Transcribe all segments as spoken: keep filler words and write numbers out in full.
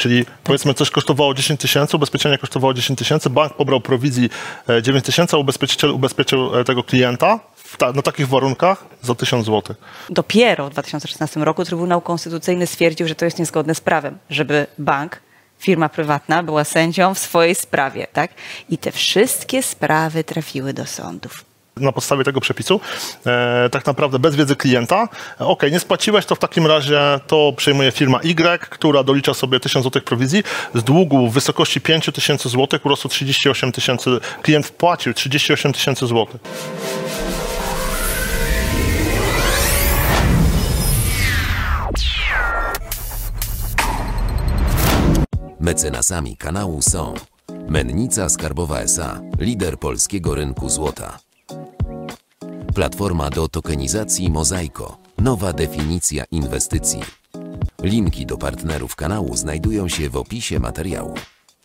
Czyli powiedzmy coś kosztowało dziesięć tysięcy, ubezpieczenie kosztowało dziesięć tysięcy, bank pobrał prowizji dziewięć tysięcy, a ubezpieczyciel ubezpieczył tego klienta ta, na takich warunkach za tysiąc złotych. Dopiero w dwa tysiące szesnastym roku Trybunał Konstytucyjny stwierdził, że to jest niezgodne z prawem, żeby bank, firma prywatna była sędzią w swojej sprawie, tak? I te wszystkie sprawy trafiły do sądów. Na podstawie tego przepisu, e, tak naprawdę bez wiedzy klienta, ok, nie spłaciłeś, to w takim razie to przejmuje firma Y, która dolicza sobie tysiąc złotych prowizji. Z długu w wysokości pięć tysięcy złotych urosło trzydzieści osiem tysięcy, klient wpłacił trzydzieści osiem tysięcy złotych. Mecenasami kanału są Mennica Skarbowa S A, lider polskiego rynku złota. Platforma do tokenizacji Mozaiko, nowa definicja inwestycji. Linki do partnerów kanału znajdują się w opisie materiału.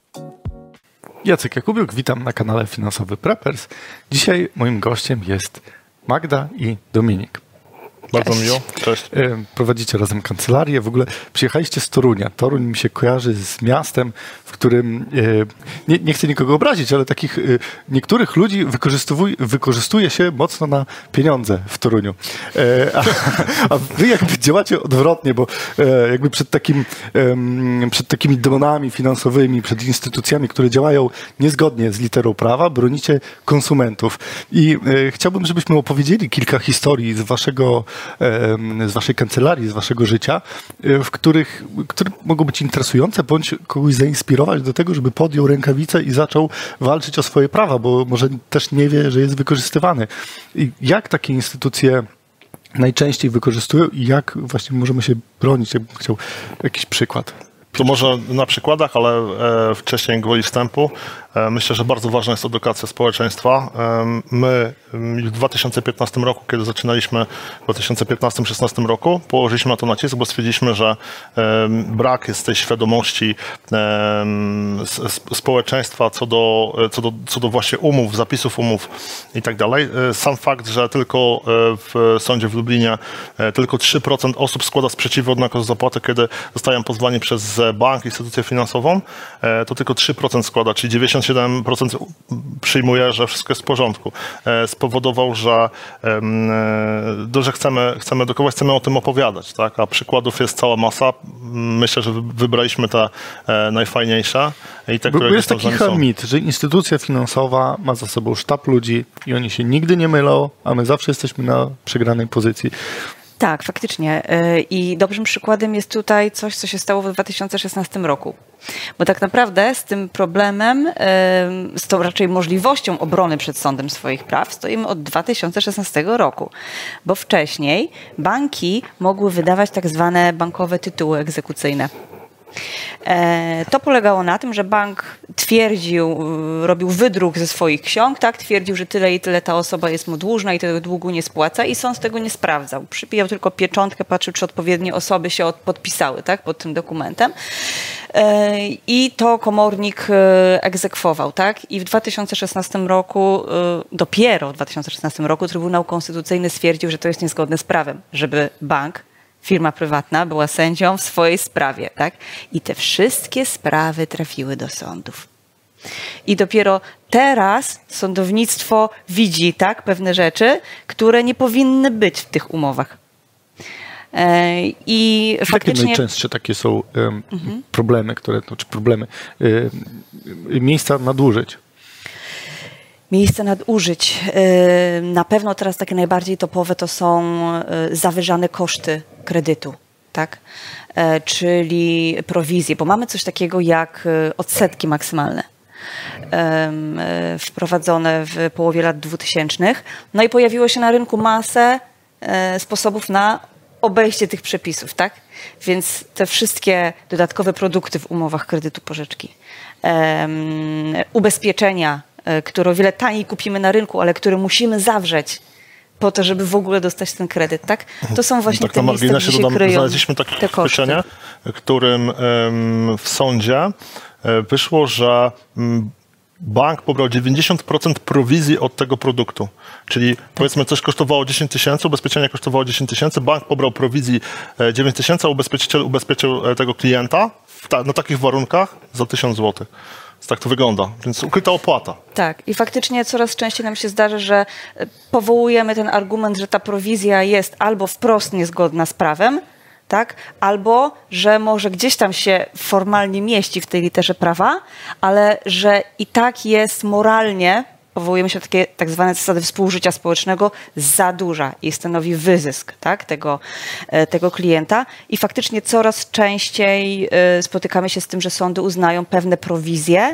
Jacek Jakubiuk, witam na kanale Finansowy Preppers. Dzisiaj moim gościem jest Magda i Dominik. Bardzo miło. Cześć. Prowadzicie razem kancelarię. W ogóle przyjechaliście z Torunia. Toruń mi się kojarzy z miastem, w którym, nie, nie chcę nikogo obrazić, ale takich niektórych ludzi wykorzystuje się mocno na pieniądze w Toruniu. A, a wy jakby działacie odwrotnie, bo jakby przed, takim, przed takimi demonami finansowymi, przed instytucjami, które działają niezgodnie z literą prawa, bronicie konsumentów. I chciałbym, żebyśmy opowiedzieli kilka historii z waszego z waszej kancelarii, z waszego życia, w których, które mogą być interesujące, bądź kogoś zainspirować do tego, żeby podjął rękawicę i zaczął walczyć o swoje prawa, bo może też nie wie, że jest wykorzystywany. I jak takie instytucje najczęściej wykorzystują i jak właśnie możemy się bronić? Ja bym chciał jakiś przykład. To może na przykładach, ale e, wcześniej gwoli wstępu. E, myślę, że bardzo ważna jest edukacja społeczeństwa. E, my w dwa tysiące piętnastym roku, kiedy zaczynaliśmy w dwa tysiące piętnastym szesnastym roku, położyliśmy na to nacisk, bo stwierdziliśmy, że e, brak jest tej świadomości e, społeczeństwa co do, co, do, co do właśnie umów, zapisów umów i tak dalej. Sam fakt, że tylko w sądzie w Lublinie e, tylko trzy procent osób składa sprzeciwy od nakazu zapłaty, kiedy zostają pozwani przez bank, instytucję finansową, to tylko trzy procent składa, czyli dziewięćdziesiąt siedem procent przyjmuje, że wszystko jest w porządku. Spowodował, że, że chcemy, chcemy edukować, chcemy o tym opowiadać, tak? A przykładów jest cała masa. Myślę, że wybraliśmy te najfajniejsze. I te, bo, które bo jest taki mit, że instytucja finansowa ma za sobą sztab ludzi i oni się nigdy nie mylą, a my zawsze jesteśmy na przegranej pozycji. Tak, faktycznie. I dobrym przykładem jest tutaj coś, co się stało w dwa tysiące szesnastym roku. Bo tak naprawdę z tym problemem, z tą raczej możliwością obrony przed sądem swoich praw stoimy od dwa tysiące szesnastego roku. Bo wcześniej banki mogły wydawać tak zwane bankowe tytuły egzekucyjne. To polegało na tym, że bank twierdził, robił wydruk ze swoich ksiąg, tak? Twierdził, że tyle i tyle ta osoba jest mu dłużna i tego długu nie spłaca i sąd tego nie sprawdzał. Przypijał tylko pieczątkę, patrzył, czy odpowiednie osoby się podpisały, tak? Pod tym dokumentem. I to komornik egzekwował, tak? I w dwa tysiące szesnastym roku, dopiero w dwa tysiące szesnastym roku Trybunał Konstytucyjny stwierdził, że to jest niezgodne z prawem, żeby bank, firma prywatna była sędzią w swojej sprawie, tak? I te wszystkie sprawy trafiły do sądów. I dopiero teraz sądownictwo widzi, tak, pewne rzeczy, które nie powinny być w tych umowach. I Jakie faktycznie... najczęstsze takie są um, mhm. problemy, które, czy problemy, y, miejsca nadużyć? Miejsce nadużyć. Na pewno teraz takie najbardziej topowe to są zawyżane koszty kredytu, tak? Czyli prowizje, bo mamy coś takiego jak odsetki maksymalne wprowadzone w połowie lat dwutysięcznych. No i pojawiło się na rynku masę sposobów na obejście tych przepisów, tak? Więc te wszystkie dodatkowe produkty w umowach kredytu pożyczki, ubezpieczenia, które o wiele taniej kupimy na rynku, ale które musimy zawrzeć po to, żeby w ogóle dostać ten kredyt, tak? To są właśnie tak te miejsca, gdzie się kryją znaleźliśmy takie ubezpieczenie, w którym w sądzie wyszło, że bank pobrał dziewięćdziesiąt procent prowizji od tego produktu. Czyli tak. Powiedzmy coś kosztowało dziesięć tysięcy, ubezpieczenie kosztowało dziesięć tysięcy, bank pobrał prowizji dziewięć tysięcy, a ubezpieczyciel ubezpieczył tego klienta ta, na takich warunkach za tysiąc złotych. Tak to wygląda, więc ukryta opłata. Tak, i faktycznie coraz częściej nam się zdarza, że powołujemy ten argument, że ta prowizja jest albo wprost niezgodna z prawem, tak? Albo, że może gdzieś tam się formalnie mieści w tej literze prawa, ale że i tak jest moralnie, powołujemy się na takie tak zwane zasady współżycia społecznego, za duża i stanowi wyzysk, tak? tego, tego klienta. I faktycznie coraz częściej spotykamy się z tym, że sądy uznają pewne prowizje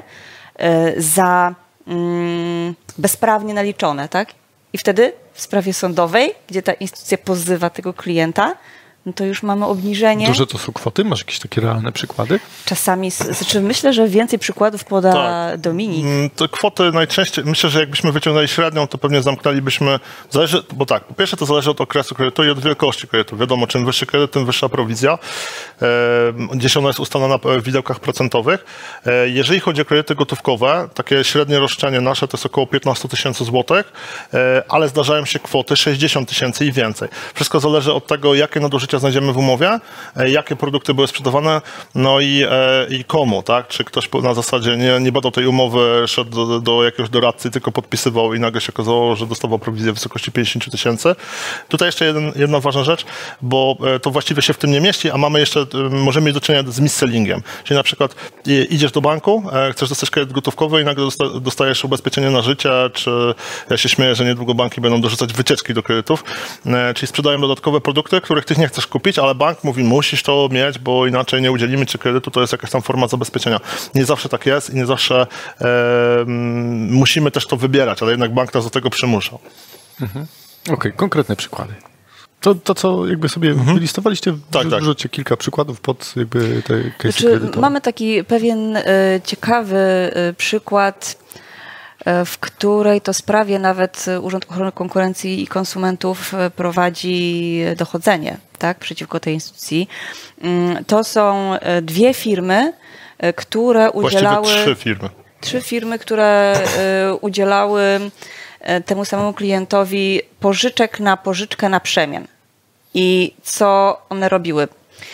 za mm, bezprawnie naliczone, tak? I wtedy w sprawie sądowej, gdzie ta instytucja pozywa tego klienta, no to już mamy obniżenie. Duże to są kwoty? Masz jakieś takie realne przykłady? Czasami, znaczy myślę, że więcej przykładów poda tak. Dominik. To kwoty najczęściej, myślę, że jakbyśmy wyciągnęli średnią, to pewnie zamknęlibyśmy, zależy, bo tak, po pierwsze to zależy od okresu kredytu i od wielkości kredytu. Wiadomo, czym wyższy kredyt, tym wyższa prowizja. E, gdzieś ona jest ustalona na widełkach procentowych. E, jeżeli chodzi o kredyty gotówkowe, takie średnie roszczenie nasze to jest około piętnaście tysięcy złotych, e, ale zdarzają się kwoty sześćdziesiąt tysięcy i więcej. Wszystko zależy od tego, jakie nadużycia znajdziemy w umowie, jakie produkty były sprzedawane, no i, i komu, tak? Czy ktoś na zasadzie nie, nie badał tej umowy, szedł do, do jakiegoś doradcy, tylko podpisywał i nagle się okazało, że dostawał prowizję w wysokości pięćdziesiąt tysięcy. Tutaj jeszcze jeden, jedna ważna rzecz, bo to właściwie się w tym nie mieści, a mamy jeszcze, możemy mieć do czynienia z mis-sellingiem. Czyli na przykład idziesz do banku, chcesz dostać kredyt gotówkowy i nagle dostajesz ubezpieczenie na życie, czy ja się śmieję, że niedługo banki będą dorzucać wycieczki do kredytów, czyli sprzedają dodatkowe produkty, których ty nie chcesz kupić, ale bank mówi, musisz to mieć, bo inaczej nie udzielimy ci kredytu, to jest jakaś tam forma zabezpieczenia. Nie zawsze tak jest i nie zawsze e, musimy też to wybierać, ale jednak bank nas do tego przymusza. Mhm. Okej, okay, konkretne przykłady. To, to co jakby sobie mhm. wylistowaliście, tak, wrzućcie tak. kilka przykładów pod jakby te case'y znaczy, kredytowe. Mamy taki pewien y, ciekawy y, przykład, y, w której to sprawie nawet Urząd Ochrony Konkurencji i Konsumentów y, prowadzi dochodzenie, tak, przeciwko tej instytucji. Y, to są y, dwie firmy, y, które udzielały... Właściwie trzy firmy. Trzy firmy, które y, udzielały y, temu samemu klientowi pożyczek na pożyczkę na przemian. I co one robiły?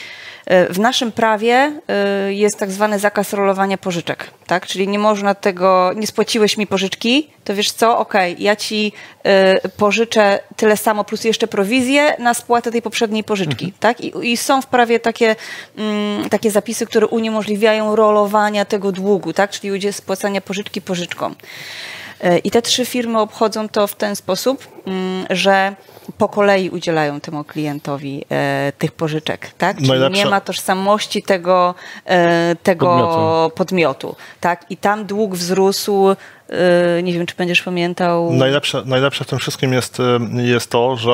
W naszym prawie jest tak zwany zakaz rolowania pożyczek, tak? Czyli nie można tego, nie spłaciłeś mi pożyczki, to wiesz co, okej, okay, ja ci pożyczę tyle samo plus jeszcze prowizję na spłatę tej poprzedniej pożyczki, mhm. tak? I, I są w prawie takie, mm, takie zapisy, które uniemożliwiają rolowania tego długu, tak? Czyli spłacania pożyczki pożyczką. I te trzy firmy obchodzą to w ten sposób, że po kolei udzielają temu klientowi e, tych pożyczek, tak? Czyli Najlepsza... nie ma tożsamości tego, e, tego podmiotu. podmiotu, tak? I tam dług wzrósł, e, nie wiem, czy będziesz pamiętał... Najlepsze, najlepsze w tym wszystkim jest, jest to, że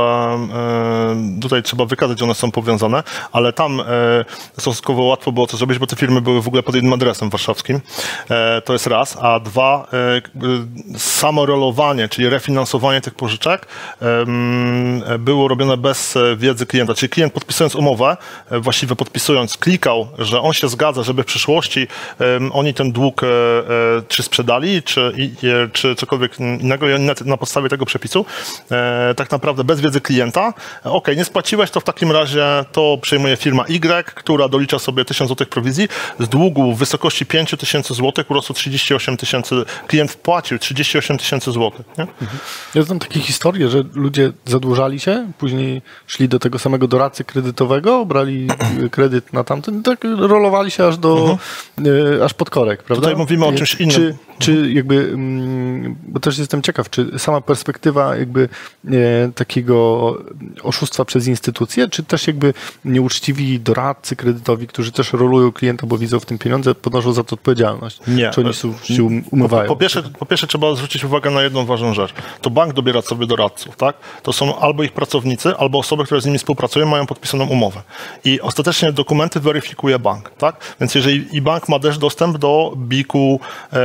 e, tutaj trzeba wykazać, że one są powiązane, ale tam e, stosunkowo łatwo było to zrobić, bo te firmy były w ogóle pod jednym adresem warszawskim. E, to jest raz, a dwa, e, samo rolowanie, czyli refinansowanie tych pożyczek e, było robione bez wiedzy klienta. Czyli klient podpisując umowę, właściwie podpisując, klikał, że on się zgadza, żeby w przyszłości um, oni ten dług e, czy sprzedali, czy, i, czy cokolwiek innego i na, na podstawie tego przepisu, e, tak naprawdę bez wiedzy klienta, ok, nie spłaciłeś, to w takim razie to przejmuje firma Y, która dolicza sobie tysiąc złotych prowizji, z długu w wysokości pięć tysięcy złotych urosło trzydzieści osiem tysięcy, klient wpłacił trzydzieści osiem tysięcy złotych. Nie? Mhm. Ja znam takie historie, że ludzie zadłużali się, później szli do tego samego doradcy kredytowego, brali kredyt na tamten, tak rolowali się aż do, mhm. aż pod korek, prawda? Tutaj mówimy o czymś innym. Czy, czy jakby, bo też jestem ciekaw, czy sama perspektywa jakby e, takiego oszustwa przez instytucje, czy też jakby nieuczciwi doradcy kredytowi, którzy też rolują klienta, bo widzą w tym pieniądze, ponoszą za to odpowiedzialność? Nie. Czy oni są, się umywają? Po, po, pierwsze, po pierwsze trzeba zwrócić uwagę na jedną ważną rzecz. To bank dobiera sobie doradców, tak? To są albo ich pracownicy, albo osoby, które z nimi współpracują, mają podpisaną umowę. I ostatecznie dokumenty weryfikuje bank, tak? Więc jeżeli i bank ma też dostęp do biku, e,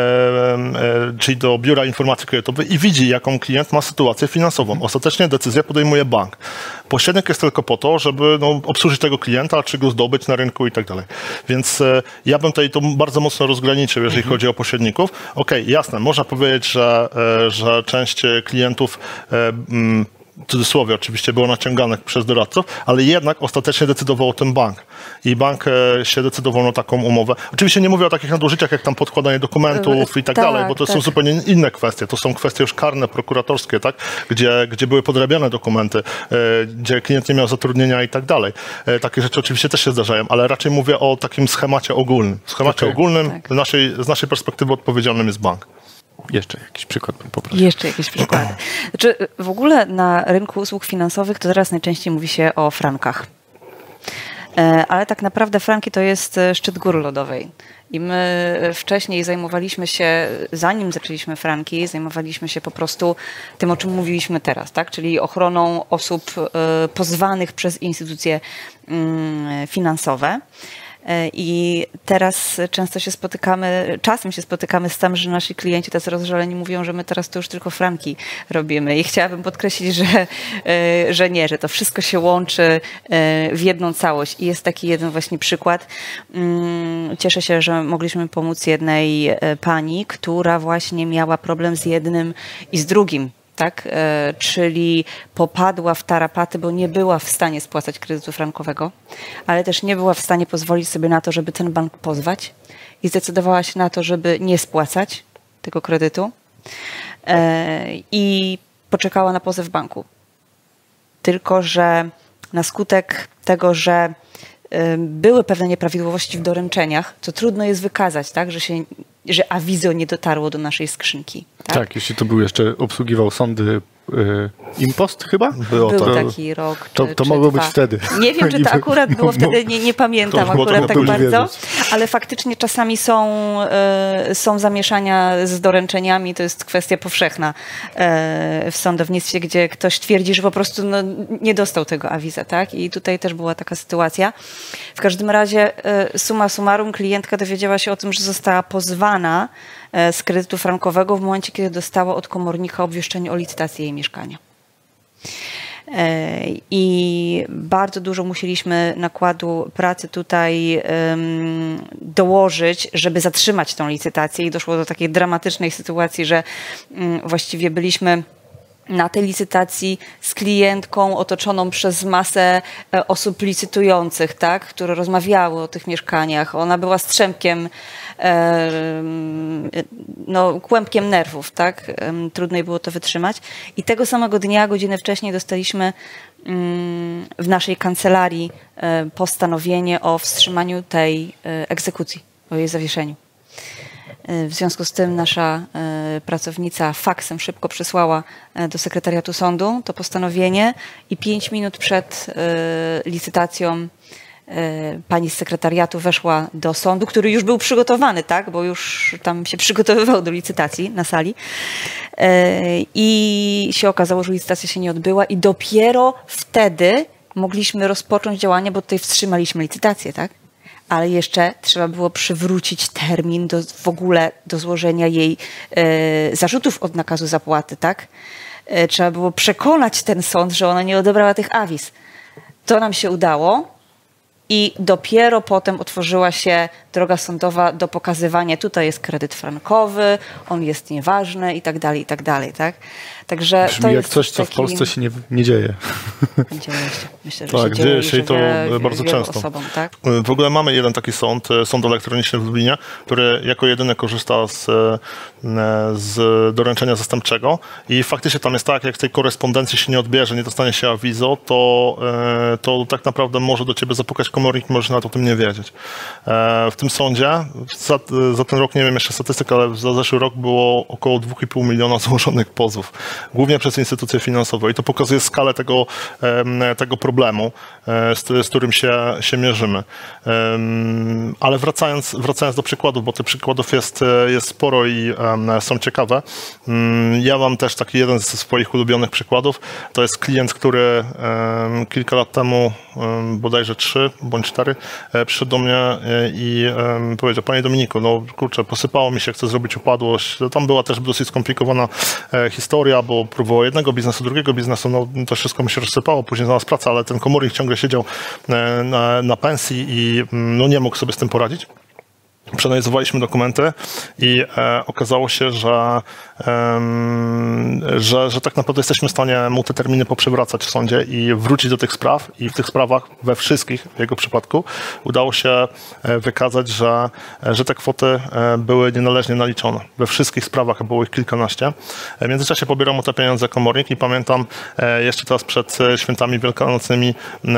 e, czyli do Biura Informacji Kredytowej i widzi, jaką klient ma sytuację finansową. Ostatecznie decyzję podejmuje bank. Pośrednik jest tylko po to, żeby no, obsłużyć tego klienta, czy go zdobyć na rynku i tak dalej. Więc e, ja bym tutaj to bardzo mocno rozgraniczył, jeżeli mhm. chodzi o pośredników. Okej, okay, jasne, można powiedzieć, że, e, że część klientów e, m, w cudzysłowie oczywiście było naciągane przez doradców, ale jednak ostatecznie decydował o tym bank. I bank się decydował na taką umowę. Oczywiście nie mówię o takich nadużyciach, jak tam podkładanie dokumentów i tak, tak dalej, bo to tak. są zupełnie inne kwestie. To są kwestie już karne, prokuratorskie, tak? Gdzie, gdzie były podrabiane dokumenty, gdzie klient nie miał zatrudnienia i tak dalej. Takie rzeczy oczywiście też się zdarzają, ale raczej mówię o takim schemacie ogólnym. W schemacie Okay. ogólnym Tak. z, naszej, z naszej perspektywy odpowiedzialnym jest bank. Jeszcze jakiś przykład bym poprosił. Jeszcze jakieś przykłady. Znaczy, w ogóle na rynku usług finansowych to teraz najczęściej mówi się o frankach. Ale tak naprawdę franki to jest szczyt góry lodowej. I my wcześniej zajmowaliśmy się, zanim zaczęliśmy franki, zajmowaliśmy się po prostu tym, o czym mówiliśmy teraz, tak? Czyli ochroną osób pozwanych przez instytucje finansowe. I teraz często się spotykamy, czasem się spotykamy z tym, że nasi klienci tacy rozżaleni mówią, że my teraz to już tylko franki robimy. I chciałabym podkreślić, że, że nie, że to wszystko się łączy w jedną całość. I jest taki jeden właśnie przykład. Cieszę się, że mogliśmy pomóc jednej pani, która właśnie miała problem z jednym i z drugim. Tak? E, czyli popadła w tarapaty, bo nie była w stanie spłacać kredytu frankowego, ale też nie była w stanie pozwolić sobie na to, żeby ten bank pozwać i zdecydowała się na to, żeby nie spłacać tego kredytu e, i poczekała na pozew banku. Tylko że na skutek tego, że e, były pewne nieprawidłowości w doręczeniach, co trudno jest wykazać, tak? że, się, że awizo nie dotarło do naszej skrzynki. Tak, tak jeśli to był jeszcze, obsługiwał sądy y, Impost chyba? Było Był to. taki rok. To, czy, to czy mogło dwa. być wtedy. Nie wiem, czy to akurat było wtedy, nie, nie pamiętam To było akurat tak trochę bardzo, wiedzieć. ale faktycznie czasami są, e, są zamieszania z doręczeniami, to jest kwestia powszechna e, w sądownictwie, gdzie ktoś twierdzi, że po prostu no, nie dostał tego awiza, tak? I tutaj też była taka sytuacja. W każdym razie e, summa summarum klientka dowiedziała się o tym, że została pozwana e, z kredytu frankowego w momencie, kiedy dostała od komornika obwieszczenie o licytacji jej mieszkania. I bardzo dużo musieliśmy nakładu pracy tutaj um, dołożyć, żeby zatrzymać tą licytację i doszło do takiej dramatycznej sytuacji, że um, właściwie byliśmy na tej licytacji z klientką otoczoną przez masę osób licytujących, tak, które rozmawiały o tych mieszkaniach. Ona była strzępkiem, no, kłębkiem nerwów, tak? Trudno było to wytrzymać. I tego samego dnia, godzinę wcześniej dostaliśmy w naszej kancelarii postanowienie o wstrzymaniu tej egzekucji, o jej zawieszeniu. W związku z tym nasza pracownica faksem szybko przysłała do sekretariatu sądu to postanowienie i pięć minut przed licytacją pani z sekretariatu weszła do sądu, który już był przygotowany, tak, bo już tam się przygotowywał do licytacji na sali i się okazało, że licytacja się nie odbyła i dopiero wtedy mogliśmy rozpocząć działanie, bo tutaj wstrzymaliśmy licytację, tak? Ale jeszcze trzeba było przywrócić termin do, w ogóle do złożenia jej e, zarzutów od nakazu zapłaty, tak? E, trzeba było przekonać ten sąd, że ona nie odebrała tych awiz. To nam się udało i dopiero potem otworzyła się droga sądowa do pokazywania, tutaj jest kredyt frankowy, on jest nieważny i tak dalej, i tak dalej, tak? Także Brzmi to jak jest coś, co taki... w Polsce się nie, nie dzieje. Dzieje się. Myślę, że Tak, się dzieje dzieje się i to wiele, bardzo wielu często. osobom, tak? W ogóle mamy jeden taki sąd, sąd elektroniczny w Lublinie, który jako jedyny korzysta z, z doręczenia zastępczego i faktycznie tam jest tak, jak tej korespondencji się nie odbierze, nie dostanie się awizo, to, to tak naprawdę może do ciebie zapukać komornik, możesz nawet o tym nie wiedzieć. W tym sądzie za, za ten rok, nie wiem jeszcze statystyk, ale za zeszły rok było około dwa i pół miliona złożonych pozwów, głównie przez instytucje finansowe i to pokazuje skalę tego, tego problemu, z, z którym się, się mierzymy. Ale wracając, wracając do przykładów, bo tych przykładów jest, jest sporo i są ciekawe. Ja mam też taki jeden ze swoich ulubionych przykładów. To jest klient, który kilka lat temu, bodajże trzy bądź cztery, przyszedł do mnie i powiedział: Panie Dominiku, no kurczę, posypało mi się, chcę zrobić upadłość. Tam była też dosyć skomplikowana historia, bo próbował jednego biznesu, drugiego biznesu, no to wszystko mi się rozsypało, później znalazł pracę, ale ten komornik ciągle siedział na, na pensji i no, nie mógł sobie z tym poradzić. Przeanalizowaliśmy dokumenty i e, okazało się, że, e, że, że tak naprawdę jesteśmy w stanie mu te terminy poprzewracać w sądzie i wrócić do tych spraw i w tych sprawach, we wszystkich w jego przypadku, udało się wykazać, że, że te kwoty były nienależnie naliczone. We wszystkich sprawach, było ich kilkanaście. W międzyczasie pobierał mu te pieniądze komornik i pamiętam e, jeszcze teraz przed świętami wielkanocnymi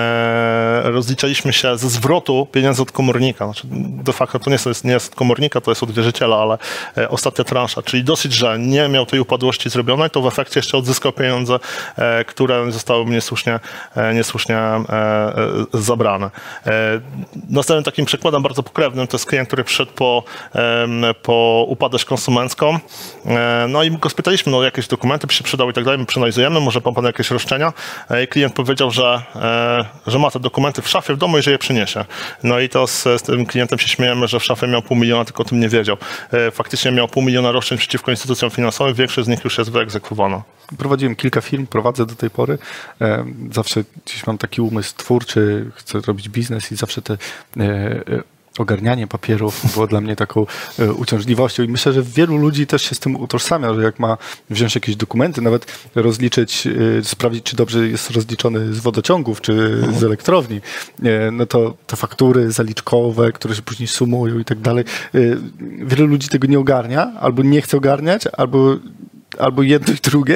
e, rozliczaliśmy się ze zwrotu pieniędzy od komornika. Znaczy, de facto to nie jest nie jest od komornika, to jest od wierzyciela, ale e, ostatnia transza, czyli dosyć, że nie miał tej upadłości zrobionej, to w efekcie jeszcze odzyskał pieniądze, e, które zostały niesłusznie, e, niesłusznie e, e, zabrane. E, następnym takim przykładem bardzo pokrewnym to jest klient, który przyszedł po, e, po upadłość konsumencką, e, no i go spytaliśmy, no jakieś dokumenty by się przydały i tak dalej, my przeanalizujemy, może pan pan jakieś roszczenia, e, i klient powiedział, że, e, że ma te dokumenty w szafie w domu i że je przyniesie. No i to z, z tym klientem się śmiejemy, że w szafie miał pół miliona, tylko o tym nie wiedział. Faktycznie miał pół miliona roszczeń przeciwko instytucjom finansowym, większość z nich już jest wyegzekwowana. Prowadziłem kilka firm, prowadzę do tej pory. Zawsze gdzieś mam taki umysł twórczy, chcę robić biznes i zawsze te ogarnianie papierów było dla mnie taką e, uciążliwością i myślę, że wielu ludzi też się z tym utożsamia, że jak ma wziąć jakieś dokumenty, nawet rozliczyć, e, sprawdzić, czy dobrze jest rozliczony z wodociągów, czy mhm. z elektrowni, e, no to te faktury zaliczkowe, które się później sumują i tak dalej. E, wielu ludzi tego nie ogarnia, albo nie chce ogarniać, albo albo jedno i drugie,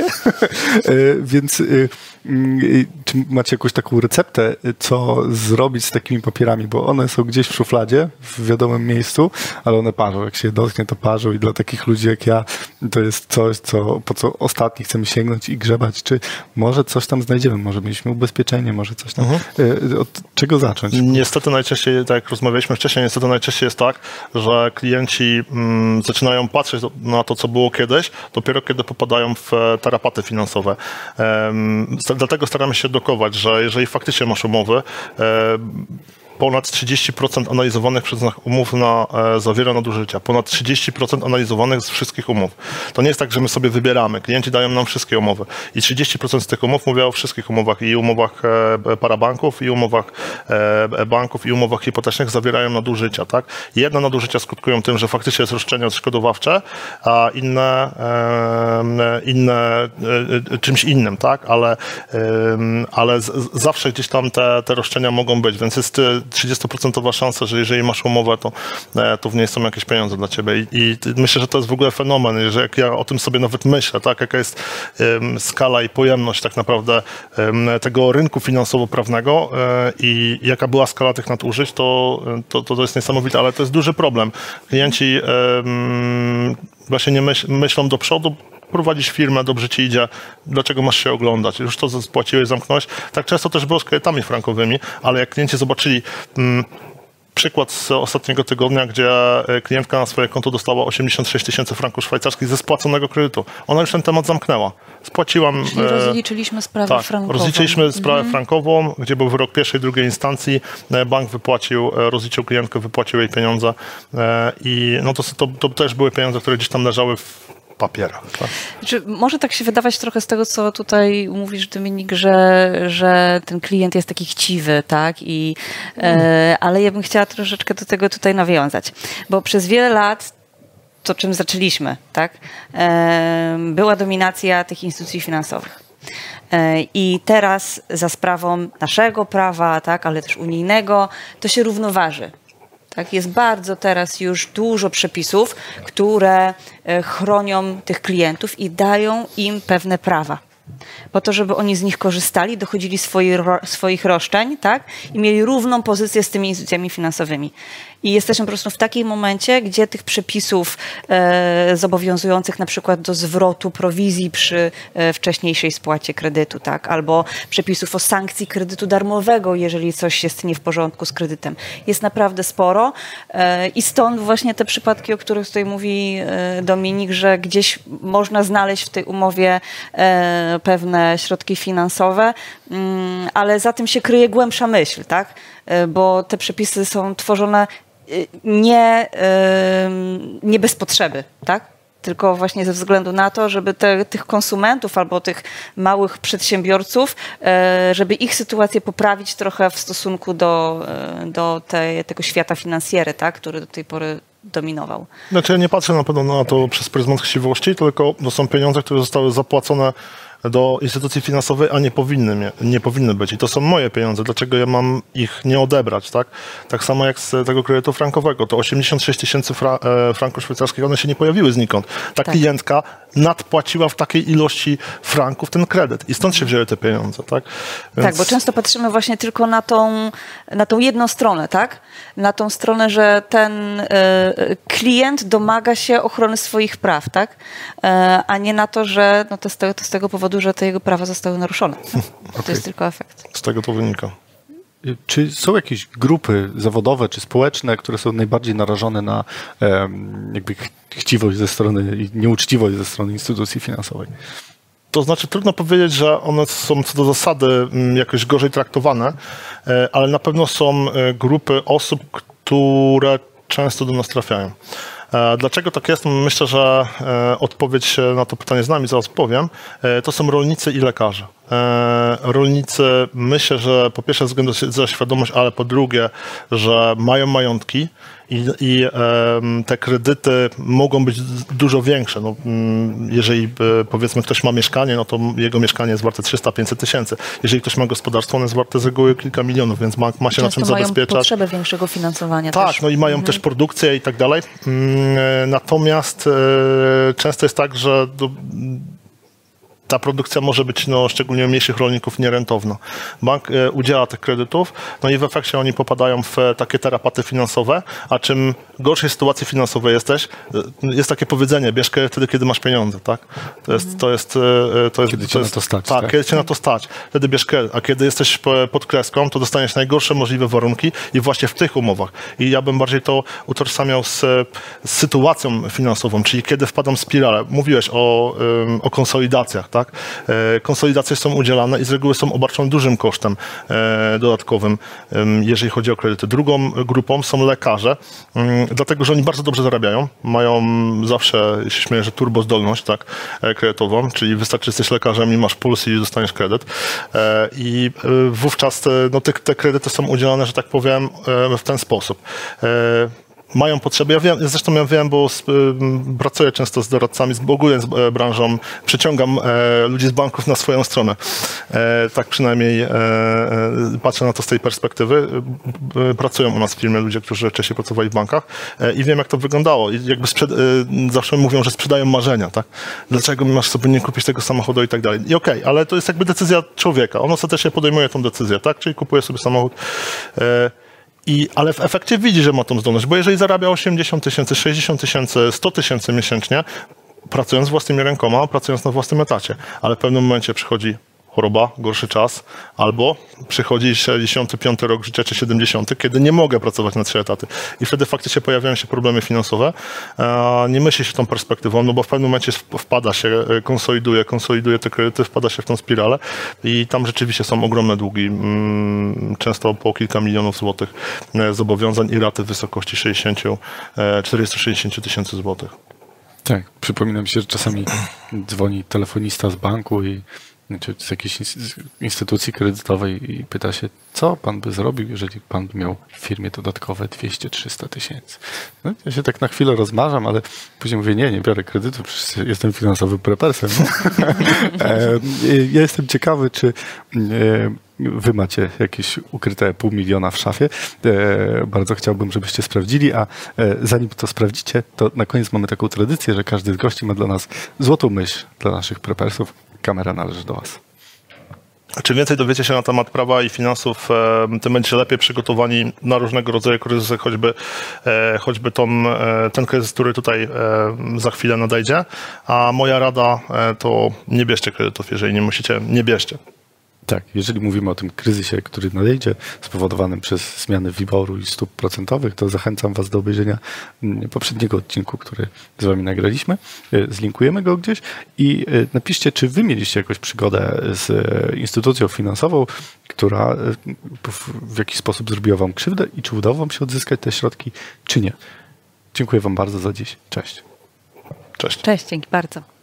więc czy macie jakąś taką receptę, co zrobić z takimi papierami, bo one są gdzieś w szufladzie, w wiadomym miejscu, ale one parzą, jak się je dotknie, to parzą i dla takich ludzi jak ja to jest coś, co, po co ostatni chcemy sięgnąć i grzebać, czy może coś tam znajdziemy, może mieliśmy ubezpieczenie, może coś tam, mhm. od czego zacząć? Niestety najczęściej, tak jak rozmawialiśmy wcześniej, niestety najczęściej jest tak, że klienci mm, zaczynają patrzeć na to, co było kiedyś, dopiero kiedy popadają w tarapaty finansowe. Um, dlatego staramy się edukować, że jeżeli faktycznie masz umowy, um, ponad trzydzieści procent analizowanych przez nas umów na, e, zawiera nadużycia. Ponad trzydzieści procent analizowanych z wszystkich umów. To nie jest tak, że my sobie wybieramy. Klienci dają nam wszystkie umowy. I trzydzieści procent z tych umów mówię o wszystkich umowach. I umowach e, parabanków, i umowach e, banków, i umowach hipotecznych zawierają nadużycia. Tak? Jedne nadużycia skutkują tym, że faktycznie jest roszczenie odszkodowawcze, a inne, e, inne e, czymś innym. Tak? Ale, e, ale z, zawsze gdzieś tam te, te roszczenia mogą być. Więc jest trzydzieści procent szansa, że jeżeli masz umowę, to, to w niej są jakieś pieniądze dla ciebie. I, i myślę, że to jest w ogóle fenomen, że jak ja o tym sobie nawet myślę, tak, jaka jest um, skala i pojemność tak naprawdę um, tego rynku finansowo-prawnego um, i jaka była skala tych nadużyć, to, to, to jest niesamowite, ale to jest duży problem. Klienci um, właśnie nie myśl, myślą do przodu, prowadzisz firmę, dobrze ci idzie, dlaczego masz się oglądać? Już to spłaciłeś, zamknąłeś. Tak często też było z kredytami frankowymi, ale jak klienci zobaczyli mm, przykład z ostatniego tygodnia, gdzie klientka na swoje konto dostała osiemdziesiąt sześć tysięcy franków szwajcarskich ze spłaconego kredytu. Ona już ten temat zamknęła. Spłaciłam... Czyli rozliczyliśmy sprawę tak, frankową. rozliczyliśmy sprawę mhm. frankową, gdzie był wyrok pierwszej i drugiej instancji. Bank wypłacił, rozliczył klientkę, wypłacił jej pieniądze i no to, to, to też były pieniądze, które gdzieś tam leżały w papierach. Tak? Znaczy, może tak się wydawać trochę z tego, co tutaj mówisz, Dominik, że, że ten klient jest taki chciwy, tak? I, mm. e, ale ja bym chciała troszeczkę do tego tutaj nawiązać, bo przez wiele lat to, czym zaczęliśmy, tak? E, była dominacja tych instytucji finansowych. E, I teraz za sprawą naszego prawa, tak, ale też unijnego, to się równoważy. Tak, jest bardzo teraz już dużo przepisów, które chronią tych klientów i dają im pewne prawa. Po to, żeby oni z nich korzystali, dochodzili swoich, swoich roszczeń, tak? I mieli równą pozycję z tymi instytucjami finansowymi. I jesteśmy po prostu w takim momencie, gdzie tych przepisów e, zobowiązujących na przykład do zwrotu prowizji przy e, wcześniejszej spłacie kredytu, tak? Albo przepisów o sankcji kredytu darmowego, jeżeli coś jest nie w porządku z kredytem. Jest naprawdę sporo e, i stąd właśnie te przypadki, o których tutaj mówi e, Dominik, że gdzieś można znaleźć w tej umowie e, pewne środki finansowe, mm, ale za tym się kryje głębsza myśl, tak? E, bo te przepisy są tworzone nie, nie bez potrzeby, tak? Tylko właśnie ze względu na to, żeby te, tych konsumentów albo tych małych przedsiębiorców, żeby ich sytuację poprawić trochę w stosunku do, do tej, tego świata finansjery, tak? Który do tej pory dominował. Znaczy ja nie patrzę na pewno na to przez pryzmat chciwości, tylko to są pieniądze, które zostały zapłacone do instytucji finansowej, a nie powinny, nie powinny być. I to są moje pieniądze. Dlaczego ja mam ich nie odebrać, tak? Tak samo jak z tego kredytu frankowego. To osiemdziesiąt sześć tysięcy fra, e, franków szwajcarskich, one się nie pojawiły znikąd. Ta tak. klientka nadpłaciła w takiej ilości franków ten kredyt i stąd się wzięły te pieniądze, tak? Więc... Tak, bo często patrzymy właśnie tylko na tą, na tą jedną stronę, tak? Na tą stronę, że ten y, klient domaga się ochrony swoich praw, tak? Y, a nie na to, że no to, z tego, to z tego powodu, że te jego prawa zostały naruszone. Okay. To jest tylko efekt. Z tego to wynika. Czy są jakieś grupy zawodowe czy społeczne, które są najbardziej narażone na um, jakby chciwość ze strony i nieuczciwość ze strony instytucji finansowej? To znaczy trudno powiedzieć, że one są co do zasady jakoś gorzej traktowane, ale na pewno są grupy osób, które często do nas trafiają. Dlaczego tak jest? Myślę, że odpowiedź na to pytanie z nami zaraz powiem. To są rolnicy i lekarze. Rolnicy, myślę, że po pierwsze ze względu na świadomość, ale po drugie, że mają majątki i, i te kredyty mogą być dużo większe. No, jeżeli powiedzmy ktoś ma mieszkanie, no to jego mieszkanie jest warte trzysta pięćset tysięcy. Jeżeli ktoś ma gospodarstwo, ono jest warte z reguły kilka milionów, więc bank ma się Często na czym mają zabezpieczać. potrzebę większego finansowania. Tak, też. no i mają mhm. też produkcję i tak dalej. Natomiast często jest tak, że do, ta produkcja może być, no, szczególnie u mniejszych rolników, nierentowna. Bank e, udziela tych kredytów, no i w efekcie oni popadają w e, takie tarapaty finansowe, a czym gorszej sytuacji finansowej jesteś, e, jest takie powiedzenie, bierz kredyt wtedy, kiedy masz pieniądze, tak? To jest, Mhm. to jest, e, to jest, Kiedy to cię jest, na to stać. Tak, tak? kiedy cię na to stać. Wtedy bierz kredyt, a kiedy jesteś p- pod kreską, to dostaniesz najgorsze możliwe warunki i właśnie w tych umowach. I ja bym bardziej to utożsamiał z, z sytuacją finansową, czyli kiedy wpadam w spiralę. Mówiłeś o, ym, o konsolidacjach, tak? E, konsolidacje są udzielane i z reguły są obarczone dużym kosztem e, dodatkowym, ym, jeżeli chodzi o kredyty. Drugą grupą są lekarze, ym, dlatego, że oni bardzo dobrze zarabiają, mają zawsze, się śmieję, że turbozdolność, tak, e, kredytową, czyli wystarczy, że jesteś lekarzem i masz puls i dostaniesz kredyt. E, I e, wówczas te, no, te, te kredyty są udzielane, że tak powiem, e, w ten sposób. E, Mają potrzeby. Ja wiem, zresztą ja wiem, bo z, y, pracuję często z doradcami, z, ogólnie z y, branżą, przyciągam e, ludzi z banków na swoją stronę. E, tak przynajmniej e, e, patrzę na to z tej perspektywy. E, pracują u nas w firmie ludzie, którzy wcześniej pracowali w bankach e, i wiem, jak to wyglądało. I jakby sprzed, e, zawsze mówią, że sprzedają marzenia, tak? Dlaczego masz sobie nie kupić tego samochodu i tak dalej. I okej, okay, ale to jest jakby decyzja człowieka. On ostatecznie podejmuje tą decyzję, tak? Czyli kupuje sobie samochód. E, I, ale w efekcie widzi, że ma tą zdolność, bo jeżeli zarabia osiemdziesiąt tysięcy, sześćdziesiąt tysięcy, sto tysięcy miesięcznie, pracując własnymi rękoma, pracując na własnym etacie, ale w pewnym momencie przychodzi choroba, gorszy czas, albo przychodzi sześćdziesiąty piąty rok życia, czy siedemdziesiąty, kiedy nie mogę pracować na trzy etaty. I wtedy faktycznie pojawiają się problemy finansowe. Nie myśli się tą perspektywą, no bo w pewnym momencie wpada się, konsoliduje, konsoliduje te kredyty, wpada się w tą spiralę i tam rzeczywiście są ogromne długi, często po kilka milionów złotych zobowiązań i raty w wysokości sześćdziesiąt, czterdzieści sześćdziesiąt tysięcy złotych. Tak, przypomina mi się, że czasami dzwoni telefonista z banku i czy z jakiejś instytucji kredytowej i pyta się, co pan by zrobił, jeżeli pan by miał w firmie dodatkowe dwieście trzysta tysięcy. No, ja się tak na chwilę rozmarzam, ale później mówię, nie, nie biorę kredytu, przecież jestem finansowym prepersem. Ja jestem ciekawy, czy wy macie jakieś ukryte pół miliona w szafie. Bardzo chciałbym, żebyście sprawdzili, a zanim to sprawdzicie, to na koniec mamy taką tradycję, że każdy z gości ma dla nas złotą myśl dla naszych prepersów. Kamera należy do was. Czym więcej dowiecie się na temat prawa i finansów, tym będziecie lepiej przygotowani na różnego rodzaju kryzysy, choćby, choćby tą, ten kryzys, który tutaj za chwilę nadejdzie. A moja rada to nie bierzcie kredytów, jeżeli nie musicie, nie bierzcie. Tak, jeżeli mówimy o tym kryzysie, który nadejdzie, spowodowanym przez zmiany WIBOR-u i stóp procentowych, to zachęcam was do obejrzenia poprzedniego odcinku, który z wami nagraliśmy. Zlinkujemy go gdzieś i napiszcie, czy wy mieliście jakąś przygodę z instytucją finansową, która w jakiś sposób zrobiła wam krzywdę i czy udało wam się odzyskać te środki, czy nie. Dziękuję wam bardzo za dziś. Cześć. Cześć. Cześć, dzięki bardzo.